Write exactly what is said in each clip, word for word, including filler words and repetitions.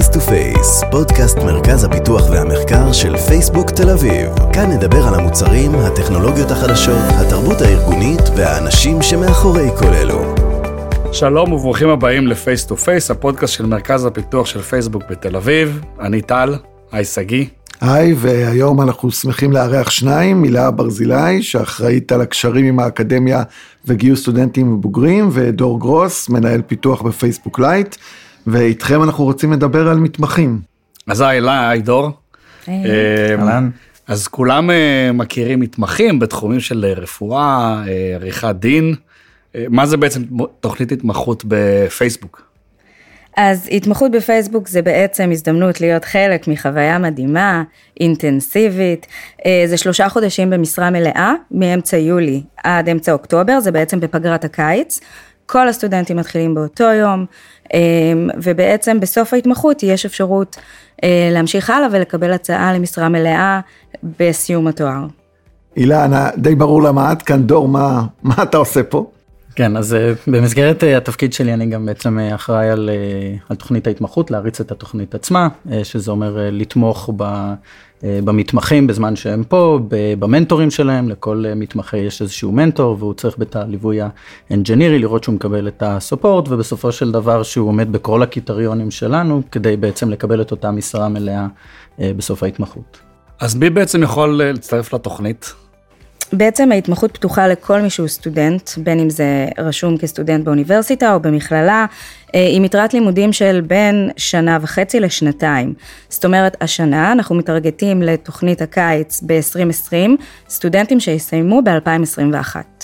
Face to Face, פודקאסט מרכז הפיתוח והמחקר של פייסבוק תל אביב. כאן נדבר על המוצרים, הטכנולוגיות החדשות, התרבות הארגונית והאנשים שמאחורי כל אלו. שלום וברוכים הבאים ל-Face to Face, הפודקאסט של מרכז הפיתוח של פייסבוק בתל אביב. אני טל, היי סגי. היי, והיום אנחנו שמחים לארח שניים, מילה ברזילי, שאחראית על הקשרים עם האקדמיה וגיוס סטודנטים ובוגרים, ודור גרוס, מנהל פיתוח בפייסבוק לייט, ואיתכם אנחנו רוצים לדבר על מתמחים. אז היי, היי דור. אהלן. אז כולם מכירים מתמחים בתחומים של רפואה, עריכת דין. מה זה בעצם תוכנית התמחות בפייסבוק? אז התמחות בפייסבוק זה בעצם הזדמנות להיות חלק מחוויה מדהימה, אינטנסיבית. זה שלושה חודשים במשרה מלאה, מאמצע יולי עד אמצע אוקטובר, זה בעצם בפגרת הקיץ. כל הסטודנטים מתחילים באותו יום, ובעצם בסוף ההתמחות יש אפשרות להמשיך הלאה ולקבל הצעה למשרה מלאה בסיום התואר. אילנה, די ברור למה את כאן, דור, מה, מה אתה עושה פה? כן, אז במסגרת התפקיד שלי אני גם בעצם אחראי על, על תוכנית ההתמחות, להריץ את התוכנית עצמה, שזה אומר לתמוך ב, במתמחים בזמן שהם פה, במנטורים שלהם, לכל מתמחה יש איזשהו מנטור, והוא צריך את הליווי האנג'ינירי, לראות שהוא מקבל את הסופורט, ובסופו של דבר שהוא עומד בכל הקריטריונים שלנו, כדי בעצם לקבל את אותה משרה מלאה בסוף ההתמחות. אז מי בעצם יכול להצטרף לתוכנית? בעצם ההתמחות פתוחה לכל מי שהוא סטודנט, בין אם זה רשום כסטודנט באוניברסיטה או במכללה, עם יתרת לימודים של בין שנה וחצי לשנתיים. זאת אומרת, השנה אנחנו מתרגטים לתוכנית הקיץ ב-עשרים עשרים, סטודנטים שיסיימו ב-אלפיים עשרים ואחת.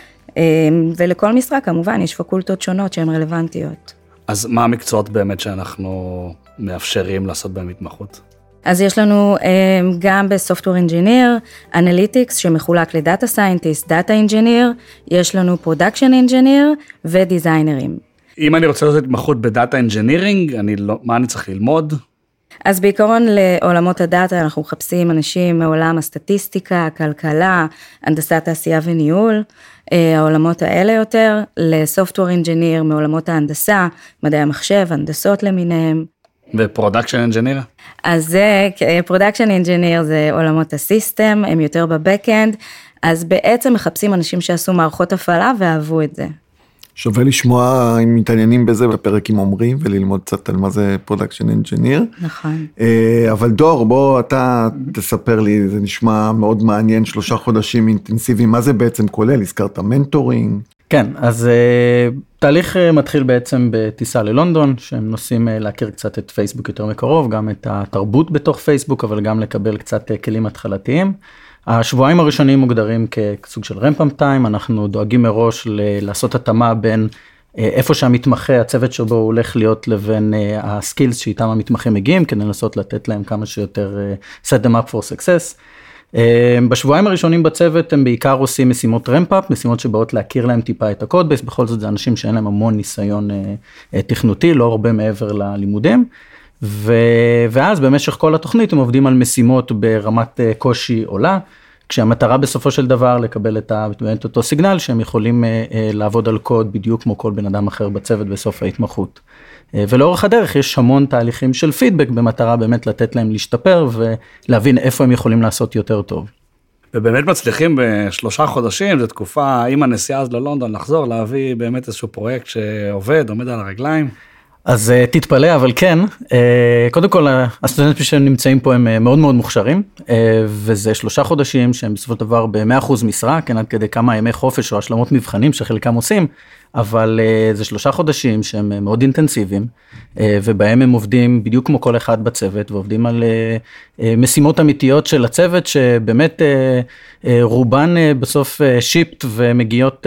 ולכל משרה כמובן יש פקולטות שונות שהן רלוונטיות. אז מה המקצועות באמת שאנחנו מאפשרים לעשות בהם התמחות? אז יש לנו גם בסופטוור אינג'יניר, אנליטיקס שמחולק לדאטה סיינטיסט, דאטה אינג'יניר, יש לנו פרודקשן אינג'יניר ודיזיינרים. אם אני רוצה לעשות התמחות בדאטה אינג'ינירינג, אני לא, מה אני צריך ללמוד? אז בעיקרון לעולמות הדאטה אנחנו מחפשים אנשים מעולם הסטטיסטיקה, הכלכלה, הנדסת תעשייה וניהול, העולמות האלה יותר, לסופטוור אינג'יניר מעולמות ההנדסה, מדעי המחשב, הנדסות למיניהם. ופרודקשן אינג'יניר? אז זה, פרודקשן אינג'יניר זה עולמות הסיסטם, הם יותר בבקאנד, אז בעצם מחפשים אנשים שעשו מערכות הפעלה ואהבו את זה. שווה לשמוע אם מתעניינים בזה בפרק עם עומרי, וללמוד קצת על מה זה פרודקשן אינג'יניר. נכון. אבל דור, בוא אתה תספר לי, זה נשמע מאוד מעניין, שלושה חודשים אינטנסיביים, מה זה בעצם כולל? הזכרת מנטורינג? כן, אז תהליך מתחיל בעצם בטיסה ללונדון, שהם נוסעים להכיר קצת את פייסבוק יותר מקרוב, גם את התרבות בתוך פייסבוק, אבל גם לקבל קצת כלים התחלתיים. השבועיים הראשונים מוגדרים כסוג של רמפ-אפ טיים, אנחנו דואגים מראש לעשות התאמה בין איפה שהמתמחה, הצוות שבו הוא הולך להיות לבין הסקילס שאיתם המתמחים מגיעים, כדי לנסות לתת להם כמה שיותר set them up for success. בשבועיים הראשונים בצוות הם בעיקר עושים משימות רמפ-אפ, משימות שבאות להכיר להם טיפה את הקוד בייס, בכל זאת זה אנשים שאין להם המון ניסיון תכנותי, לא הרבה מעבר ללימודים, ו... ואז במשך כל התוכנית הם עובדים על משימות ברמת קושי עולה, כשהמטרה בסופו של דבר לקבל את, ה... את אותו סיגנל שהם יכולים לעבוד על קוד בדיוק כמו כל בן אדם אחר בצוות בסוף ההתמחות. ולאורך הדרך יש המון תהליכים של פידבק במטרה באמת לתת להם להשתפר ולהבין איפה הם יכולים לעשות יותר טוב. ובאמת מצליחים בשלושה חודשים, זו תקופה עם הנסיעה אז ללונדון לחזור, להביא באמת איזשהו פרויקט שעובד, עומד על הרגליים. אז תתפלא, אבל כן, קודם כל הסטודנטים שנמצאים פה הם מאוד מאוד מוכשרים, וזה שלושה חודשים שהם בסופו של דבר ב-מאה אחוז משרה, כן, עד כדי כמה ימי חופש או השלמות מבחנים שחלקם עושים, אבל זה שלושה חודשים שהם מאוד אינטנסיביים, ובהם הם עובדים בדיוק כמו כל אחד בצוות, ועובדים על משימות אמיתיות של הצוות, שבאמת רובן בסוף שיפט ומגיעות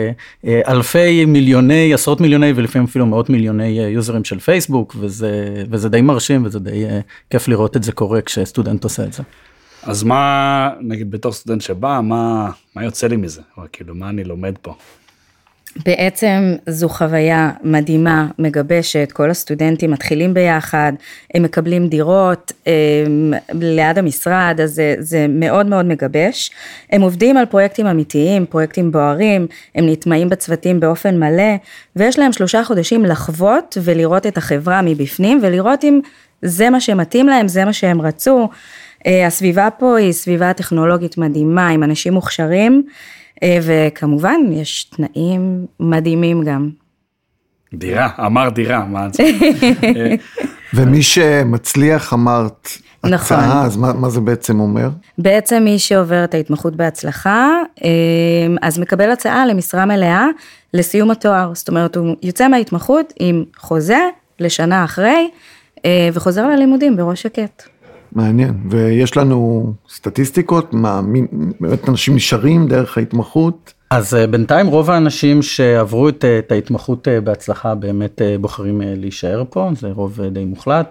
לאלפי מיליוני, עשרות מיליוני, ולפעמים אפילו מאות מיליוני יוזרים של פייסבוק, וזה, וזה די מרשים, וזה די כיף לראות את זה קורה כשסטודנט עושה את זה. אז מה, נגיד בתור סטודנט שבא, מה, מה יוצא לי מזה? או כאילו, מה אני לומד פה? בעצם זו חוויה מדהימה, מגבשת, כל הסטודנטים מתחילים ביחד, הם מקבלים דירות הם, ליד המשרד, אז זה, זה מאוד מאוד מגבש. הם עובדים על פרויקטים אמיתיים, פרויקטים בוערים, הם נטמעים בצוותים באופן מלא, ויש להם שלושה חודשים לחוות ולראות את החברה מבפנים, ולראות אם זה מה שמתאים להם, זה מה שהם רצו. הסביבה פה היא סביבה טכנולוגית מדהימה, עם אנשים מוכשרים, וכמובן יש תנאים מדהימים גם. דירה, אמר דירה, מה זה? ומי שמצליח אמרת נכון. הצעה, אז מה, מה זה בעצם אומר? בעצם מי שעובר את ההתמחות בהצלחה, אז מקבל הצעה למשרה מלאה לסיום התואר, זאת אומרת הוא יוצא מההתמחות עם חוזה לשנה אחרי, וחוזר ללימודים בראש שקט. מעניין, ויש לנו סטטיסטיקות, מה, מי, באמת אנשים נשארים דרך ההתמחות? אז בינתיים רוב האנשים שעברו את, את ההתמחות בהצלחה באמת בוחרים להישאר פה, זה רוב די מוחלט,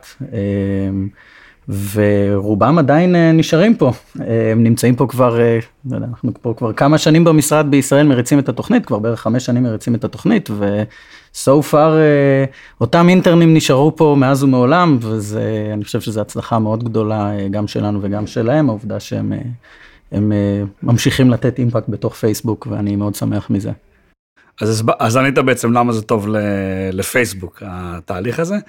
ורובם עדיין נשארים פה, הם נמצאים פה כבר, אנחנו פה כבר כמה שנים במשרד בישראל מריצים את התוכנית, כבר בערך חמש שנים מריצים את התוכנית, ו-so far אותם אינטרנים נשארו פה מאז ומעולם, ואני חושב שזו הצלחה מאוד גדולה גם שלנו וגם שלהם, העובדה שהם הם ממשיכים לתת אימפקט בתוך פייסבוק, ואני מאוד שמח מזה. אז, אז ענית בעצם למה זה טוב לפייסבוק, התהליך הזה.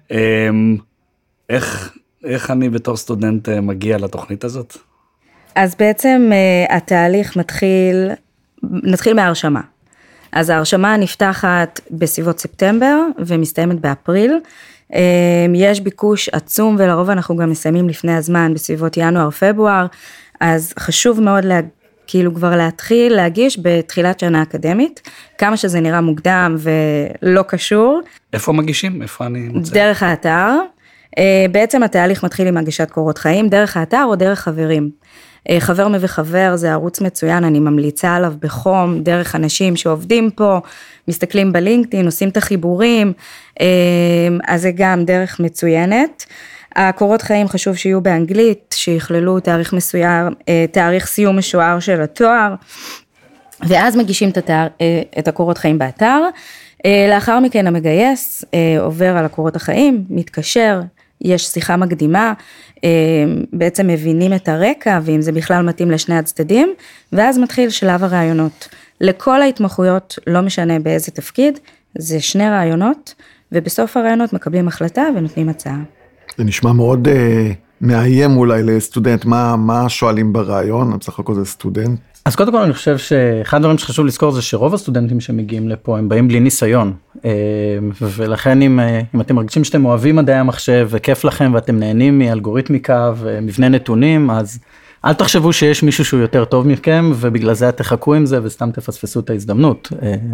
איך... איך אני בתור סטודנט מגיע לתוכנית הזאת? אז בעצם התהליך מתחיל, נתחיל מההרשמה. אז ההרשמה נפתחת בסביבות ספטמבר ומסתיימת באפריל. יש ביקוש עצום ולרוב אנחנו גם מסיימים לפני הזמן בסביבות ינואר-פברואר, אז חשוב מאוד לה, כאילו כבר להתחיל להגיש בתחילת שנה אקדמית, כמה שזה נראה מוקדם ולא קשור. איפה מגישים? איפה אני מוצא? דרך האתר. בעצם התהליך מתחיל עם הגשת קורות חיים, דרך האתר או דרך חברים. חבר מביא חבר זה ערוץ מצוין, אני ממליצה עליו בחום, דרך אנשים שעובדים פה, מסתכלים בלינקדאין, עושים את החיבורים, אז זה גם דרך מצוינת. הקורות חיים חשוב שיהיו באנגלית, שיכללו תאריך מסוים, תאריך סיום משוער של התואר, ואז מגישים את, התאר, את הקורות חיים באתר. לאחר מכן המגייס עובר על הקורות החיים, מתקשר, יש שיחה מקדימה, בעצם מבינים את הרקע, ואם זה בכלל מתאים לשני הצדדים, ואז מתחיל שלב הרעיונות. לכל ההתמחויות, לא משנה באיזה תפקיד, זה שני רעיונות, ובסוף הרעיונות מקבלים החלטה ונותנים הצעה. זה נשמע מאוד אה, מאיים אולי לסטודנט, מה, מה שואלים ברעיון, בסך הכל זה סטודנט? אז קודם כל אני חושב שאחד הדברים שחשוב לזכור זה שרוב הסטודנטים שמגיעים לפה הם באים בלי ניסיון, ולכן אם, אם אתם מרגישים שאתם אוהבים מדעי המחשב וכיף לכם ואתם נהנים מאלגוריתמיקה ומבנה נתונים, אז אל תחשבו שיש מישהו שהוא יותר טוב מכם ובגלל זה תחכו עם זה וסתם תפספסו את ההזדמנות.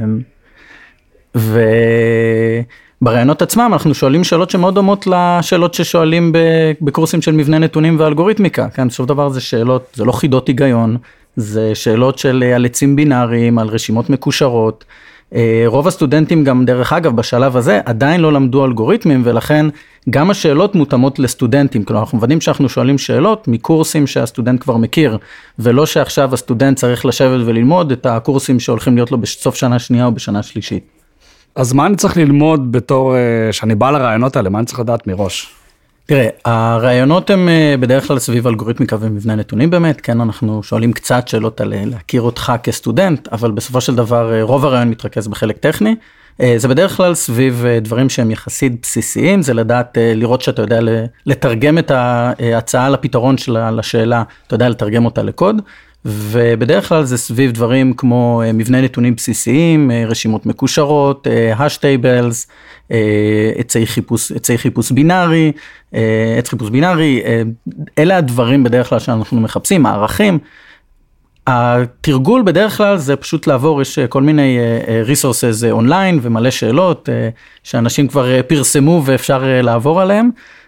וברעיונות עצמם אנחנו שואלים שאלות שמאוד דומות לשאלות ששואלים בקורסים של מבנה נתונים ואלגוריתמיקה, כן? בסוף דבר זה שאלות, זה לא חידות היגיון, זה שאלות של על עצים בינאריים, על רשימות מקושרות. רוב הסטודנטים גם דרך אגב בשלב הזה עדיין לא למדו אלגוריתמים, ולכן גם השאלות מותאמות לסטודנטים. כלומר אנחנו מוודאים שאנחנו שואלים שאלות מקורסים שהסטודנט כבר מכיר, ולא שעכשיו הסטודנט צריך לשבת וללמוד את הקורסים שהולכים להיות לו בסוף שנה שנייה או בשנה שלישית. אז מה אני צריך ללמוד בתור, שאני בא לרעיונות האלה, מה אני צריך לדעת מראש? תראה, הרעיונות הם בדרך כלל סביב אלגוריתמיקה ומבנה נתונים באמת, כן, אנחנו שואלים קצת שאלות על להכיר אותך כסטודנט, אבל בסופו של דבר רוב הרעיון מתרכז בחלק טכני, זה בדרך כלל סביב דברים שהם יחסית בסיסיים, זה לדעת, לראות שאתה יודע לתרגם את ההצעה לפתרון של לשאלה, אתה יודע לתרגם אותה לקוד, ובדרך כלל זה סביב דברים כמו מבנה נתונים בסיסיים, רשימות מקושרות, hash tables, עצי חיפוש, עצי חיפוש בינארי, עץ חיפוש בינארי, אלה הדברים בדרך כלל שאנחנו מחפשים, הערכים. התרגול בדרך כלל זה פשוט לעבור, יש כל מיני resources אונליין ומלא שאלות שאנשים כבר פרסמו ואפשר לעבור עליהם,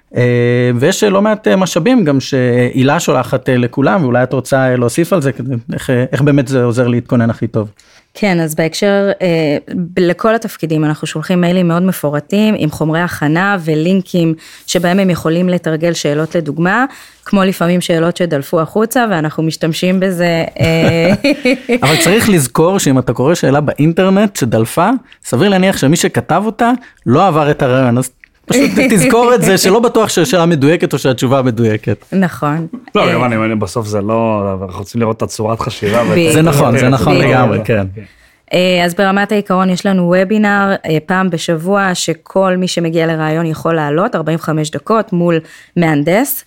ויש לא מעט משאבים גם שהילה שולחת לכולם, ואולי את רוצה להוסיף על זה, איך, איך באמת זה עוזר להתכונן הכי טוב. כן, אז בהקשר, אה, לכל התפקידים אנחנו שולחים מיילים מאוד מפורטים, עם חומרי הכנה ולינקים שבהם הם יכולים לתרגל שאלות לדוגמה, כמו לפעמים שאלות שדלפו החוצה, ואנחנו משתמשים בזה. אה... אבל צריך לזכור שאם אתה קורא שאלה באינטרנט שדלפה, סביר להניח שמי שכתב אותה לא עבר את הרעיון, אז פשוט תזכור את זה, שלא בטוח שהשאלה מדויקת או שהתשובה מדויקת. נכון. לא, גם אני, בסוף זה לא, אנחנו רוצים לראות את הצורת חשיבה. זה נכון, זה נכון לגמרי, כן. אז ברמת העיקרון יש לנו וובינר פעם בשבוע שכל מי שמגיע לרעיון יכול לעלות ארבעים וחמש דקות מול מהנדס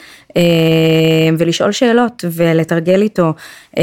ולשאול שאלות ולתרגל איתו,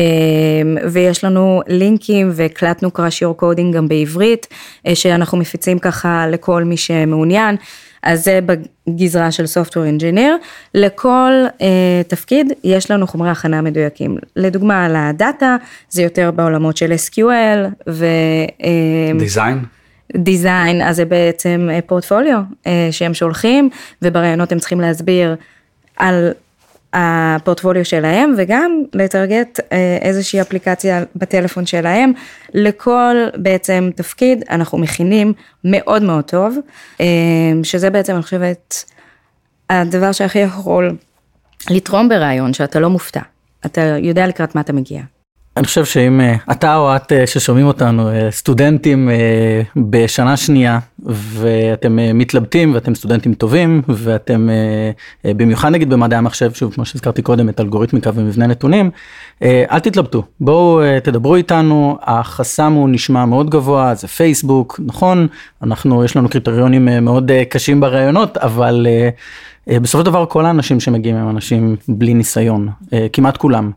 ויש לנו לינקים והקלטנו קראש יור קודינג גם בעברית שאנחנו מפיצים ככה לכל מי שמעוניין. אז זה בגזרה של Software Engineer, לכל אה, תפקיד יש לנו חומרי הכנה מדויקים, לדוגמה על הדאטה, זה יותר בעולמות של אס קיו אל, ו... אה, דיזיין? דיזיין, אז זה בעצם פורטפוליו אה, שהם שולחים, וברעיונות הם צריכים להסביר על הפורטפוליו שלהם, וגם לתרגט איזושהי אפליקציה בטלפון שלהם, לכל בעצם תפקיד אנחנו מכינים מאוד מאוד טוב, שזה בעצם אני חושבת הדבר שהכי יכול לתרום ברעיון, שאתה לא מופתע, אתה יודע לקראת מה אתה מגיע. אני חושב שאם אתה או את ששומעים אותנו, סטודנטים בשנה שנייה, ואתם מתלבטים, ואתם סטודנטים טובים, ואתם במיוחד נגיד במדעי המחשב, שוב, כמו שהזכרתי קודם, את אלגוריתמיקה ומבנה נתונים, אל תתלבטו, בואו תדברו איתנו, החסם הוא נשמע מאוד גבוה, זה פייסבוק, נכון, אנחנו, יש לנו קריטריונים מאוד קשים ברעיונות, אבל בסופו של דבר כל האנשים שמגיעים הם אנשים בלי ניסיון, כמעט כולם,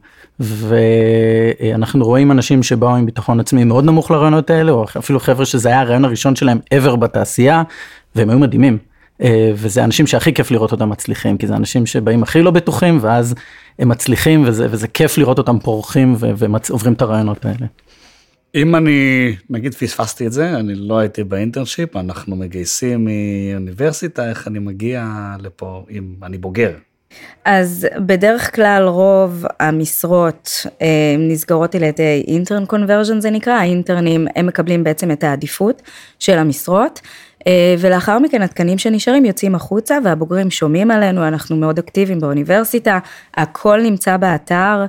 ואנחנו רואים אנשים שבאו עם ביטחון עצמי מאוד נמוך לרעיונות האלה, או אפילו חבר'ה שזה היה הרעיון הראשון שלהם ever בתעשייה, והם היו מדהימים, וזה אנשים שהכי כיף לראות אותם מצליחים, כי זה אנשים שבאים הכי לא בטוחים, ואז הם מצליחים, וזה, וזה כיף לראות אותם פורחים, ועוברים את הרעיונות האלה. אם אני, נגיד פספסתי את זה, אני לא הייתי באינטרנשיפ, אנחנו מגייסים מאוניברסיטה, איך אני מגיע לפה, אם אני בוגר. אז בדרך כלל רוב המשרות נסגרות על ידי אינטרן קונברז'ן זה נקרא, האינטרנים הם מקבלים בעצם את העדיפות של המשרות, ולאחר מכן התקנים שנשארים יוצאים החוצה והבוגרים שומעים עלינו, אנחנו מאוד אקטיביים באוניברסיטה, הכל נמצא באתר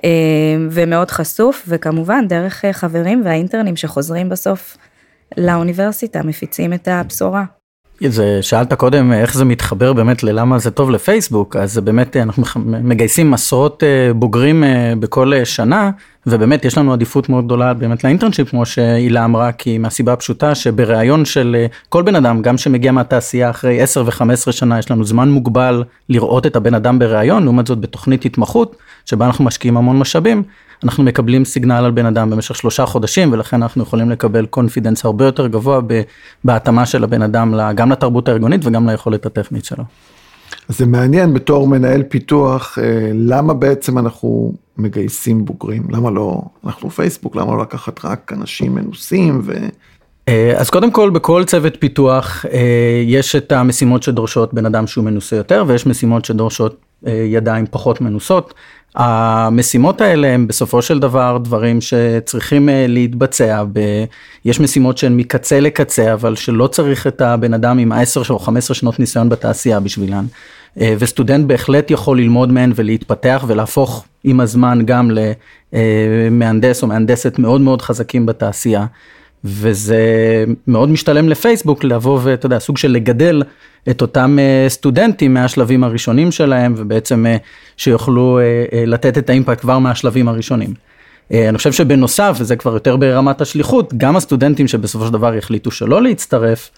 ומאוד חשוף, וכמובן דרך חברים והאינטרנים שחוזרים בסוף לאוניברסיטה מפיצים את הבשורה. זה, שאלת קודם איך זה מתחבר באמת ללמה זה טוב לפייסבוק, אז באמת אנחנו מגייסים עשרות בוגרים בכל שנה, ובאמת יש לנו עדיפות מאוד גדולה באמת לאינטרנשיפ, כמו שהילה אמרה, כי מהסיבה הפשוטה שבראיון של כל בן אדם, גם שמגיע מהתעשייה אחרי עשר וחמש עשרה שנה, יש לנו זמן מוגבל לראות את הבן אדם בראיון, לעומת זאת בתוכנית התמחות, שבה אנחנו משקיעים המון משאבים, אנחנו מקבלים סיגנל על בן אדם במשך שלושה חודשים, ולכן אנחנו יכולים לקבל קונפידנס הרבה יותר גבוה בהתאמה של הבן אדם, גם לתרבות הארגונית וגם ליכולת הטכנית שלו. אז זה מעניין בתור מנהל פיתוח, למה בעצם אנחנו מגייסים בוגרים? למה לא, אנחנו פייסבוק, למה לא לקחת רק אנשים מנוסים ו... אז קודם כל, בכל צוות פיתוח יש את המשימות שדורשות בן אדם שהוא מנוסה יותר, ויש משימות שדורשות ידיים פחות מנוסות. המשימות האלה הם בסופו של דבר דברים שצריכים להתבצע, ב... יש משימות שהן מקצה לקצה, אבל שלא צריך את הבן אדם עם עשר או חמש עשרה שנות ניסיון בתעשייה בשבילן. וסטודנט בהחלט יכול ללמוד מהן ולהתפתח ולהפוך עם הזמן גם למהנדס או מהנדסת מאוד מאוד חזקים בתעשייה. וזה מאוד משתלם לפייסבוק לבוא ואתה יודע, סוג של לגדל את אותם סטודנטים מהשלבים הראשונים שלהם, ובעצם שיוכלו לתת את האימפקט כבר מהשלבים הראשונים. אני חושב שבנוסף, וזה כבר יותר ברמת השליחות, גם הסטודנטים שבסופו של דבר יחליטו שלא להצטרף,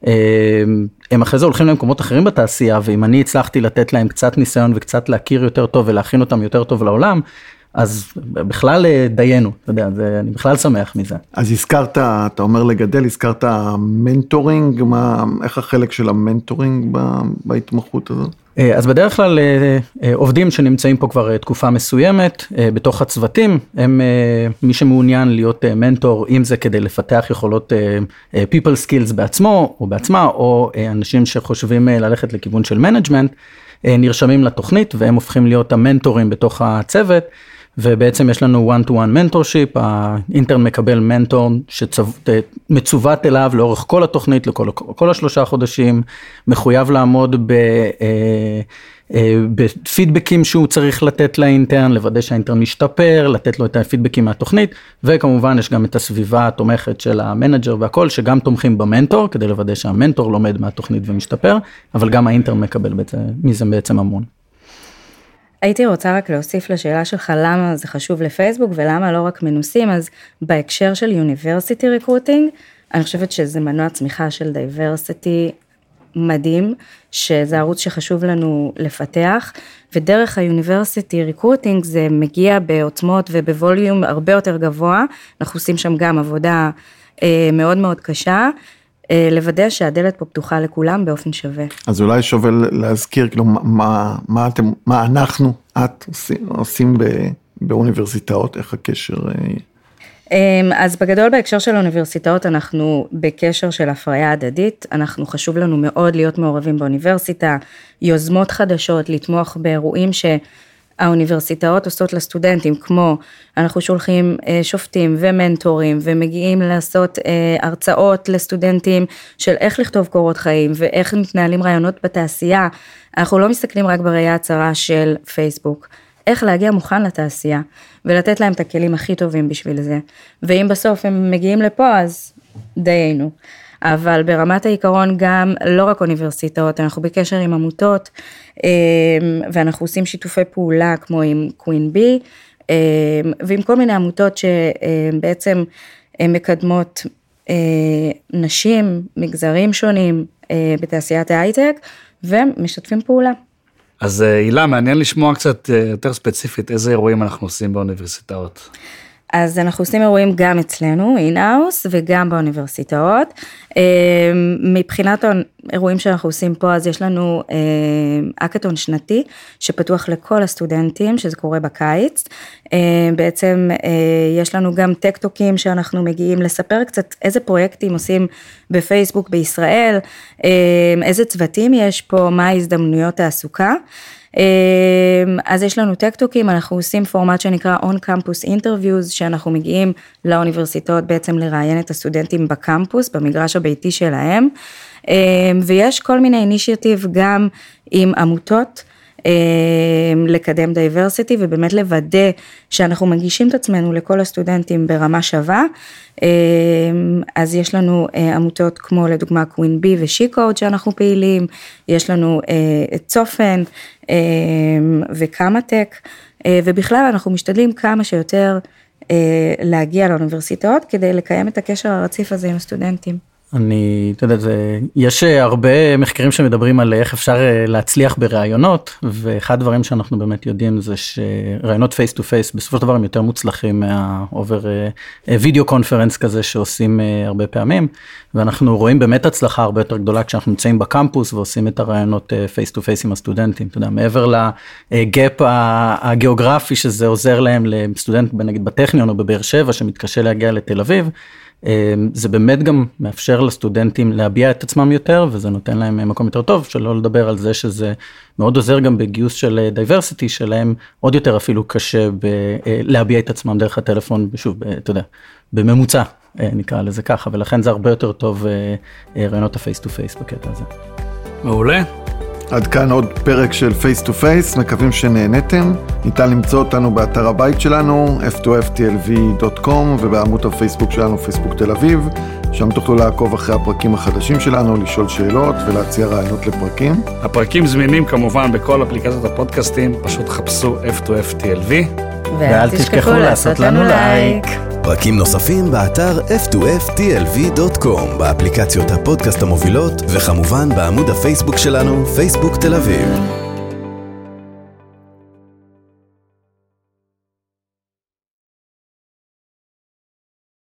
הם אחרי זה הולכים למקומות אחרים בתעשייה, ואם אני הצלחתי לתת להם קצת ניסיון וקצת להכיר יותר טוב ולהכין אותם יותר טוב לעולם, אז בכלל דיינו, אתה יודע, זה, אני בכלל שמח מזה. אז הזכרת, אתה אומר לגדל, הזכרת מנטורינג, מה, איך החלק של המנטורינג בהתמחות הזאת? אז בדרך כלל עובדים שנמצאים פה כבר תקופה מסוימת בתוך הצוותים, הם מי שמעוניין להיות מנטור, אם זה כדי לפתח יכולות people skills בעצמו או בעצמה, או אנשים שחושבים ללכת לכיוון של management, נרשמים לתוכנית והם הופכים להיות המנטורים בתוך הצוות, ובעצם יש לנו one to one mentorship, האינטרן מקבל מנטור שמצוות אליו לאורך כל התוכנית, לכל כל השלושה חודשים, מחויב לעמוד ב, בפידבקים שהוא צריך לתת לאינטרן, לוודא שהאינטרן משתפר, לתת לו את הפידבקים מהתוכנית, וכמובן יש גם את הסביבה התומכת של המנג'ר והכל, שגם תומכים במנטור, כדי לוודא שהמנטור לומד מהתוכנית ומשתפר, אבל גם האינטרן מקבל מזה בעצם המון. הייתי רוצה רק להוסיף לשאלה שלך למה זה חשוב לפייסבוק ולמה לא רק מנוסים, אז בהקשר של University Recruiting, אני חושבת שזה מנוע צמיחה של Diversity מדהים, שזה ערוץ שחשוב לנו לפתח, ודרך ה-University Recruiting זה מגיע בעוצמות ובווליום הרבה יותר גבוה, אנחנו עושים שם גם עבודה אה, מאוד מאוד קשה, לוודא שהדלת פה פתוחה לכולם באופן שווה. אז אולי שווה להזכיר, כאילו, מה, מה אתם, מה אנחנו, את עושים, עושים באוניברסיטאות, איך הקשר? אז בגדול בהקשר של האוניברסיטאות, אנחנו בקשר של הפריה הדדית, אנחנו חשוב לנו מאוד להיות מעורבים באוניברסיטה, יוזמות חדשות, לתמוך באירועים ש... האוניברסיטאות עושות לסטודנטים, כמו אנחנו שולחים שופטים ומנטורים, ומגיעים לעשות הרצאות לסטודנטים של איך לכתוב קורות חיים, ואיך מתנהלים רעיונות בתעשייה, אנחנו לא מסתכלים רק בראייה הצרה של פייסבוק, איך להגיע מוכן לתעשייה, ולתת להם את הכלים הכי טובים בשביל זה, ואם בסוף הם מגיעים לפה, אז דיינו. אבל ברמת העיקרון גם לא רק אוניברסיטאות, אנחנו בקשר עם עמותות, ואנחנו עושים שיתופי פעולה כמו עם קווין בי, ועם כל מיני עמותות שבעצם מקדמות נשים, מגזרים שונים בתעשיית ההייטק, ומשתפים פעולה. אז הילה, מעניין לשמוע קצת יותר ספציפית, איזה אירועים אנחנו עושים באוניברסיטאות? אז אנחנו עושים אירועים גם אצלנו, אין-האוס, וגם באוניברסיטאות. מבחינת האירועים שאנחנו עושים פה, אז יש לנו אקאטון שנתי, שפתוח לכל הסטודנטים, שזה קורה בקיץ. בעצם יש לנו גם טק-טוקים שאנחנו מגיעים לספר קצת איזה פרויקטים עושים בפייסבוק בישראל, איזה צוותים יש פה, מה ההזדמנויות תעסוקה. אז יש לנו טק-טוקים, אנחנו עושים פורמט שנקרא On-Campus Interviews, שאנחנו מגיעים לאוניברסיטאות בעצם לראיין את הסטודנטים בקמפוס, במגרש הביתי שלהם, ויש כל מיני אינישיאטיב גם עם עמותות, לקדם דייברסיטי, ובאמת לוודא שאנחנו מגישים את עצמנו לכל הסטודנטים ברמה שווה, אז יש לנו עמותות כמו לדוגמה קווין בי ושיקוד שאנחנו פעילים, יש לנו את צופן וקמא-טק, ובכלל אנחנו משתדלים כמה שיותר להגיע לאוניברסיטאות, כדי לקיים את הקשר הרציף הזה עם הסטודנטים. אני, אתה יודע, זה, יש הרבה מחקרים שמדברים על איך אפשר להצליח ברעיונות, ואחד הדברים שאנחנו באמת יודעים זה שרעיונות פייס טו פייס בסופו של דבר הם יותר מוצלחים מהאובר וידאו קונפרנס כזה שעושים הרבה פעמים, ואנחנו רואים באמת הצלחה הרבה יותר גדולה כשאנחנו נמצאים בקמפוס ועושים את הרעיונות פייס טו פייס עם הסטודנטים, אתה יודע, מעבר לגאפ הגיאוגרפי שזה עוזר להם לסטודנט נגיד בטכניון או בבאר שבע שמתקשה להגיע לתל אביב, זה באמת גם מאפשר לסטודנטים להביע את עצמם יותר, וזה נותן להם מקום יותר טוב, שלא לדבר על זה שזה מאוד עוזר גם בגיוס של דייברסיטי, שלהם עוד יותר אפילו קשה להביע את עצמם דרך הטלפון, שוב, אתה יודע, בממוצע נקרא לזה ככה, ולכן זה הרבה יותר טוב רעיונות הפייס טו פייס בקטע הזה. מעולה. עד כאן עוד פרק של פייס טו פייס, מקווים שנהנתם. ניתן למצוא אותנו באתר הבית שלנו, אף טו אף טי אל וי דוט קום, ובעמוד הפייסבוק שלנו, פייסבוק תל אביב. שם תוכלו לעקוב אחרי הפרקים החדשים שלנו, לשאול שאלות ולהציע רעיונות לפרקים. הפרקים זמינים כמובן בכל אפליקציות הפודקאסטים, פשוט חפשו אף טו אף טי אל וי. ואל תשכחו לעשות לנו לייק. פרקים נוספים באתר אף טו אף טי אל וי דוט קום, באפליקציות הפודקאסט המובילות, וכמובן בעמוד הפייסבוק שלנו, פייסבוק תל אביב.